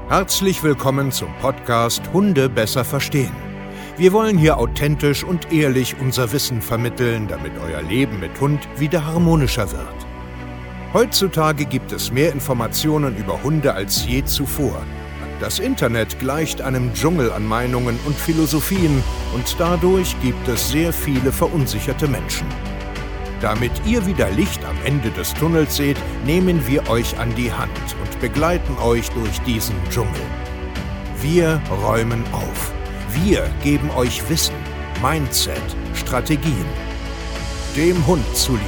Herzlich willkommen zum Podcast Hunde besser verstehen. Wir wollen hier authentisch und ehrlich unser Wissen vermitteln, damit euer Leben mit Hund wieder harmonischer wird. Heutzutage gibt es mehr Informationen über Hunde als je zuvor. Das Internet gleicht einem Dschungel an Meinungen und Philosophien und dadurch gibt es sehr viele verunsicherte Menschen. Damit ihr wieder Licht am Ende des Tunnels seht, nehmen wir euch an die Hand und begleiten euch durch diesen Dschungel. Wir räumen auf. Wir geben euch Wissen, Mindset, Strategien. Dem Hund zuliebe.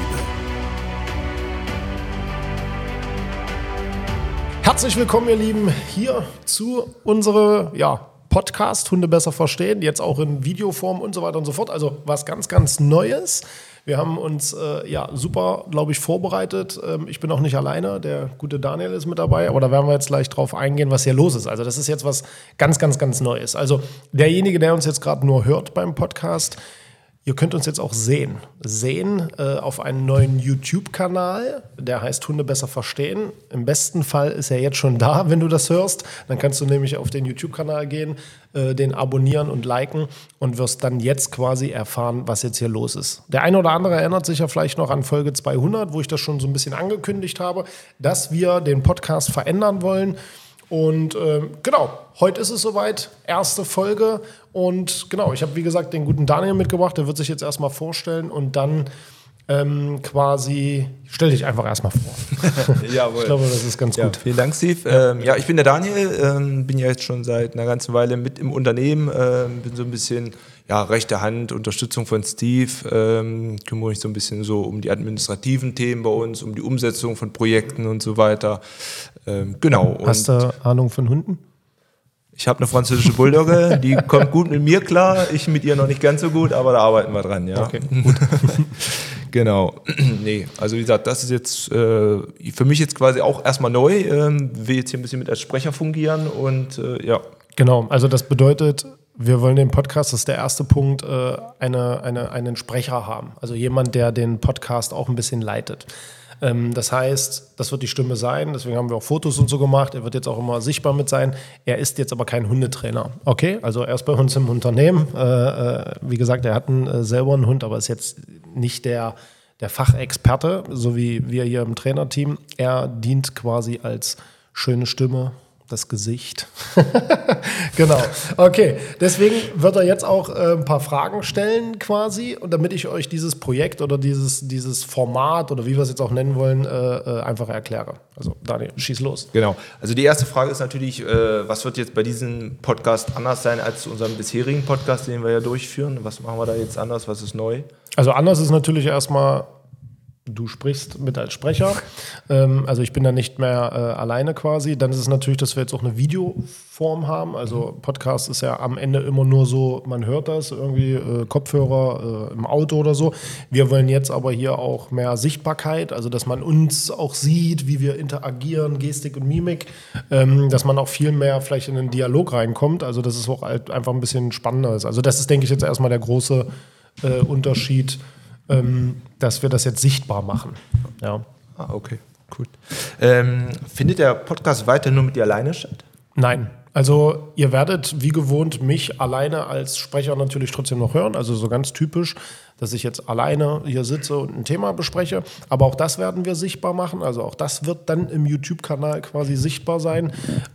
Herzlich willkommen, ihr Lieben, hier zu unserem Podcast Hunde besser verstehen, jetzt auch in Videoform und so weiter und so fort. Also was ganz, ganz Neues. Wir haben uns super, glaube ich, vorbereitet. Ich bin auch nicht alleine, der gute Daniel ist mit dabei, aber da werden wir jetzt gleich drauf eingehen, was hier los ist. Also das ist jetzt was ganz, ganz, ganz Neues. Also derjenige, der uns jetzt gerade nur hört beim Podcast, ihr könnt uns jetzt auch sehen auf einem neuen YouTube-Kanal, der heißt Hunde besser verstehen. Im besten Fall ist er jetzt schon da, wenn du das hörst. Dann kannst du nämlich auf den YouTube-Kanal gehen, den abonnieren und liken und wirst dann jetzt quasi erfahren, was jetzt hier los ist. Der eine oder andere erinnert sich ja vielleicht noch an Folge 200, wo ich das schon so ein bisschen angekündigt habe, dass wir den Podcast verändern wollen. Und heute ist es soweit, erste Folge. Und genau, ich habe, wie gesagt, den guten Daniel mitgebracht. Der wird sich jetzt erstmal vorstellen und dann stell dich einfach erstmal vor. Jawohl. Ich glaube, das ist ganz gut. Vielen Dank, Steve. Ich bin der Daniel, bin ja jetzt schon seit einer ganzen Weile mit im Unternehmen, bin so ein bisschen rechte Hand, Unterstützung von Steve, kümmere mich so ein bisschen so um die administrativen Themen bei uns, um die Umsetzung von Projekten und so weiter. Genau. Hast du Ahnung von Hunden? Ich habe eine französische Bulldogge, die kommt gut mit mir klar, ich mit ihr noch nicht ganz so gut, aber da arbeiten wir dran, ja. Okay, gut. Genau. Nee, also wie gesagt, das ist jetzt für mich jetzt quasi auch erstmal neu, will jetzt hier ein bisschen mit als Sprecher fungieren und Genau, also das bedeutet, wir wollen den Podcast, das ist der erste Punkt, einen Sprecher haben. Also jemand, der den Podcast auch ein bisschen leitet. Das heißt, das wird die Stimme sein, deswegen haben wir auch Fotos und so gemacht. Er wird jetzt auch immer sichtbar mit sein. Er ist jetzt aber kein Hundetrainer. Okay, also er ist bei uns im Unternehmen. Wie gesagt, er hat selber einen Hund, aber ist jetzt nicht der Fachexperte, so wie wir hier im Trainerteam. Er dient quasi als schöne Stimme, das Gesicht. Genau. Okay, deswegen wird er jetzt auch ein paar Fragen stellen quasi, und damit ich euch dieses Projekt oder dieses Format oder wie wir es jetzt auch nennen wollen, einfach erkläre. Also Daniel, schieß los. Genau. Also die erste Frage ist natürlich, was wird jetzt bei diesem Podcast anders sein als zu unserem bisherigen Podcast, den wir ja durchführen? Was machen wir da jetzt anders? Was ist neu? Also anders ist natürlich erstmal, du sprichst mit als Sprecher, also ich bin da nicht mehr alleine quasi. Dann ist es natürlich, dass wir jetzt auch eine Videoform haben. Also Podcast ist ja am Ende immer nur so, man hört das irgendwie, Kopfhörer im Auto oder so. Wir wollen jetzt aber hier auch mehr Sichtbarkeit, also dass man uns auch sieht, wie wir interagieren, Gestik und Mimik, dass man auch viel mehr vielleicht in den Dialog reinkommt. Also dass es auch halt einfach ein bisschen spannender ist. Also das ist, denke ich, jetzt erstmal der große Unterschied, dass wir das jetzt sichtbar machen. Ja. Okay, gut. Findet der Podcast weiter nur mit dir alleine statt? Nein. Also ihr werdet wie gewohnt mich alleine als Sprecher natürlich trotzdem noch hören. Also so ganz typisch, dass ich jetzt alleine hier sitze und ein Thema bespreche. Aber auch das werden wir sichtbar machen. Also auch das wird dann im YouTube-Kanal quasi sichtbar sein.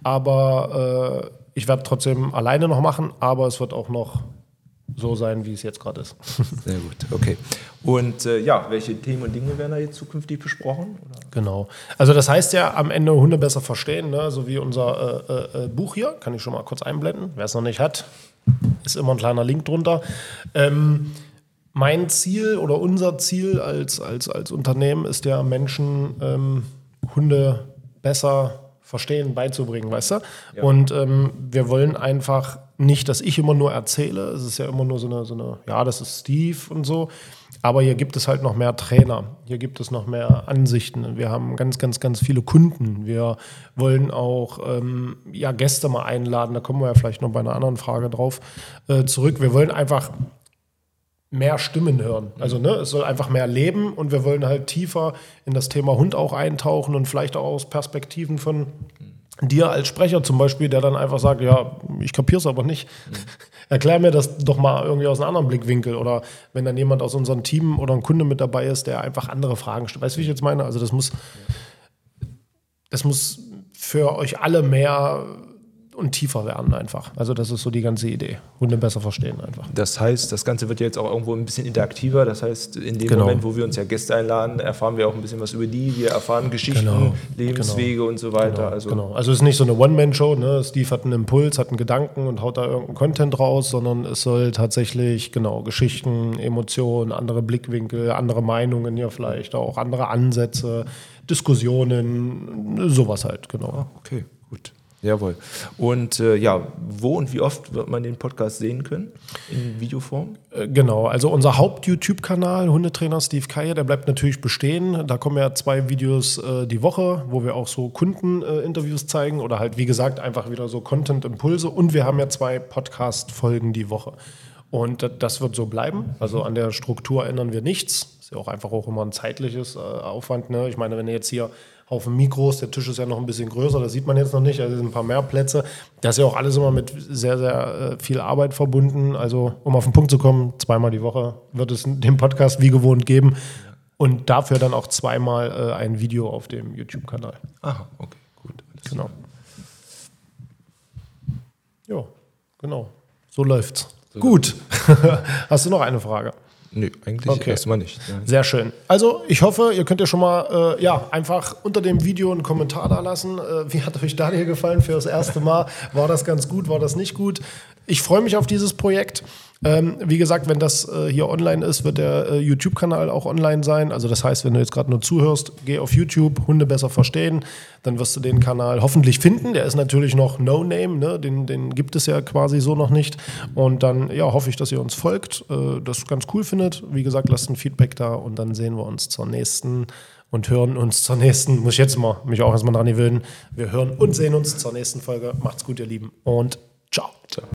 Aber ich werde trotzdem alleine noch machen. Aber es wird auch noch so sein, wie es jetzt gerade ist. Sehr gut, okay. Und welche Themen und Dinge werden da jetzt zukünftig besprochen? Oder? Genau. Also das heißt ja am Ende Hunde besser verstehen, ne? So wie unser Buch hier. Kann ich schon mal kurz einblenden. Wer es noch nicht hat, ist immer ein kleiner Link drunter. Mein Ziel oder unser Ziel als Unternehmen ist ja, Menschen Hunde besser verstehen, beizubringen, weißt du? Ja. Und wir wollen einfach nicht, dass ich immer nur erzähle. Es ist ja immer nur so eine, das ist Steve und so. Aber hier gibt es halt noch mehr Trainer. Hier gibt es noch mehr Ansichten. Wir haben ganz, ganz, ganz viele Kunden. Wir wollen auch Gäste mal einladen. Da kommen wir ja vielleicht noch bei einer anderen Frage drauf zurück. Wir wollen einfach mehr Stimmen hören. Also es soll einfach mehr leben und wir wollen halt tiefer in das Thema Hund auch eintauchen und vielleicht auch aus Perspektiven von dir als Sprecher zum Beispiel, der dann einfach sagt, ja, ich kapiere es aber nicht. Erklär mir das doch mal irgendwie aus einem anderen Blickwinkel. Oder wenn dann jemand aus unserem Team oder ein Kunde mit dabei ist, der einfach andere Fragen stellt. Weißt du, wie ich jetzt meine? Also das muss für euch alle mehr und tiefer werden einfach. Also das ist so die ganze Idee. Hunde besser verstehen einfach. Das heißt, das Ganze wird ja jetzt auch irgendwo ein bisschen interaktiver. Das heißt, in dem Moment, wo wir uns ja Gäste einladen, erfahren wir auch ein bisschen was über die. Wir erfahren Geschichten, Lebenswege und so weiter. Also es ist nicht so eine One-Man-Show. Ne? Steve hat einen Impuls, hat einen Gedanken und haut da irgendeinen Content raus, sondern es soll tatsächlich, Geschichten, Emotionen, andere Blickwinkel, andere Meinungen hier vielleicht auch, andere Ansätze, Diskussionen, sowas halt, genau. Okay, gut. Jawohl. Und wo und wie oft wird man den Podcast sehen können? In Videoform? Genau, also unser Haupt-YouTube-Kanal, Hundetrainer Steve Keier, der bleibt natürlich bestehen. Da kommen ja 2 Videos die Woche, wo wir auch so Kundeninterviews zeigen oder halt, wie gesagt, einfach wieder so Content-Impulse. Und wir haben ja 2 Podcast-Folgen die Woche. Und das wird so bleiben. Also an der Struktur ändern wir nichts. Ist ja auch einfach auch immer ein zeitliches Aufwand. Ne? Ich meine, wenn ihr jetzt hier Haufen Mikros, der Tisch ist ja noch ein bisschen größer, das sieht man jetzt noch nicht, also es sind ein paar mehr Plätze. Das ist ja auch alles immer mit sehr, sehr viel Arbeit verbunden. Also um auf den Punkt zu kommen, 2-mal die Woche wird es den Podcast wie gewohnt geben und dafür dann auch 2-mal ein Video auf dem YouTube-Kanal. Aha, okay, gut. Genau. Ja, genau. So läuft's. Gut. Hast du noch eine Frage? Nö, eigentlich erstmal nicht. Ja. Sehr schön. Also ich hoffe, ihr könnt ja schon mal einfach unter dem Video einen Kommentar da lassen. Wie hat euch Daniel gefallen für das erste Mal? War das ganz gut? War das nicht gut? Ich freue mich auf dieses Projekt. Wie gesagt, wenn das hier online ist, wird der YouTube-Kanal auch online sein. Also das heißt, wenn du jetzt gerade nur zuhörst, geh auf YouTube, Hunde besser verstehen, dann wirst du den Kanal hoffentlich finden. Der ist natürlich noch No-Name, ne? Den gibt es ja quasi so noch nicht. Und dann hoffe ich, dass ihr uns folgt, das ganz cool findet. Wie gesagt, lasst ein Feedback da und dann sehen wir uns zur nächsten und hören uns zur nächsten, muss ich jetzt mal mich auch erstmal dran gewöhnen. Wir hören und sehen uns zur nächsten Folge. Macht's gut, ihr Lieben, und ciao.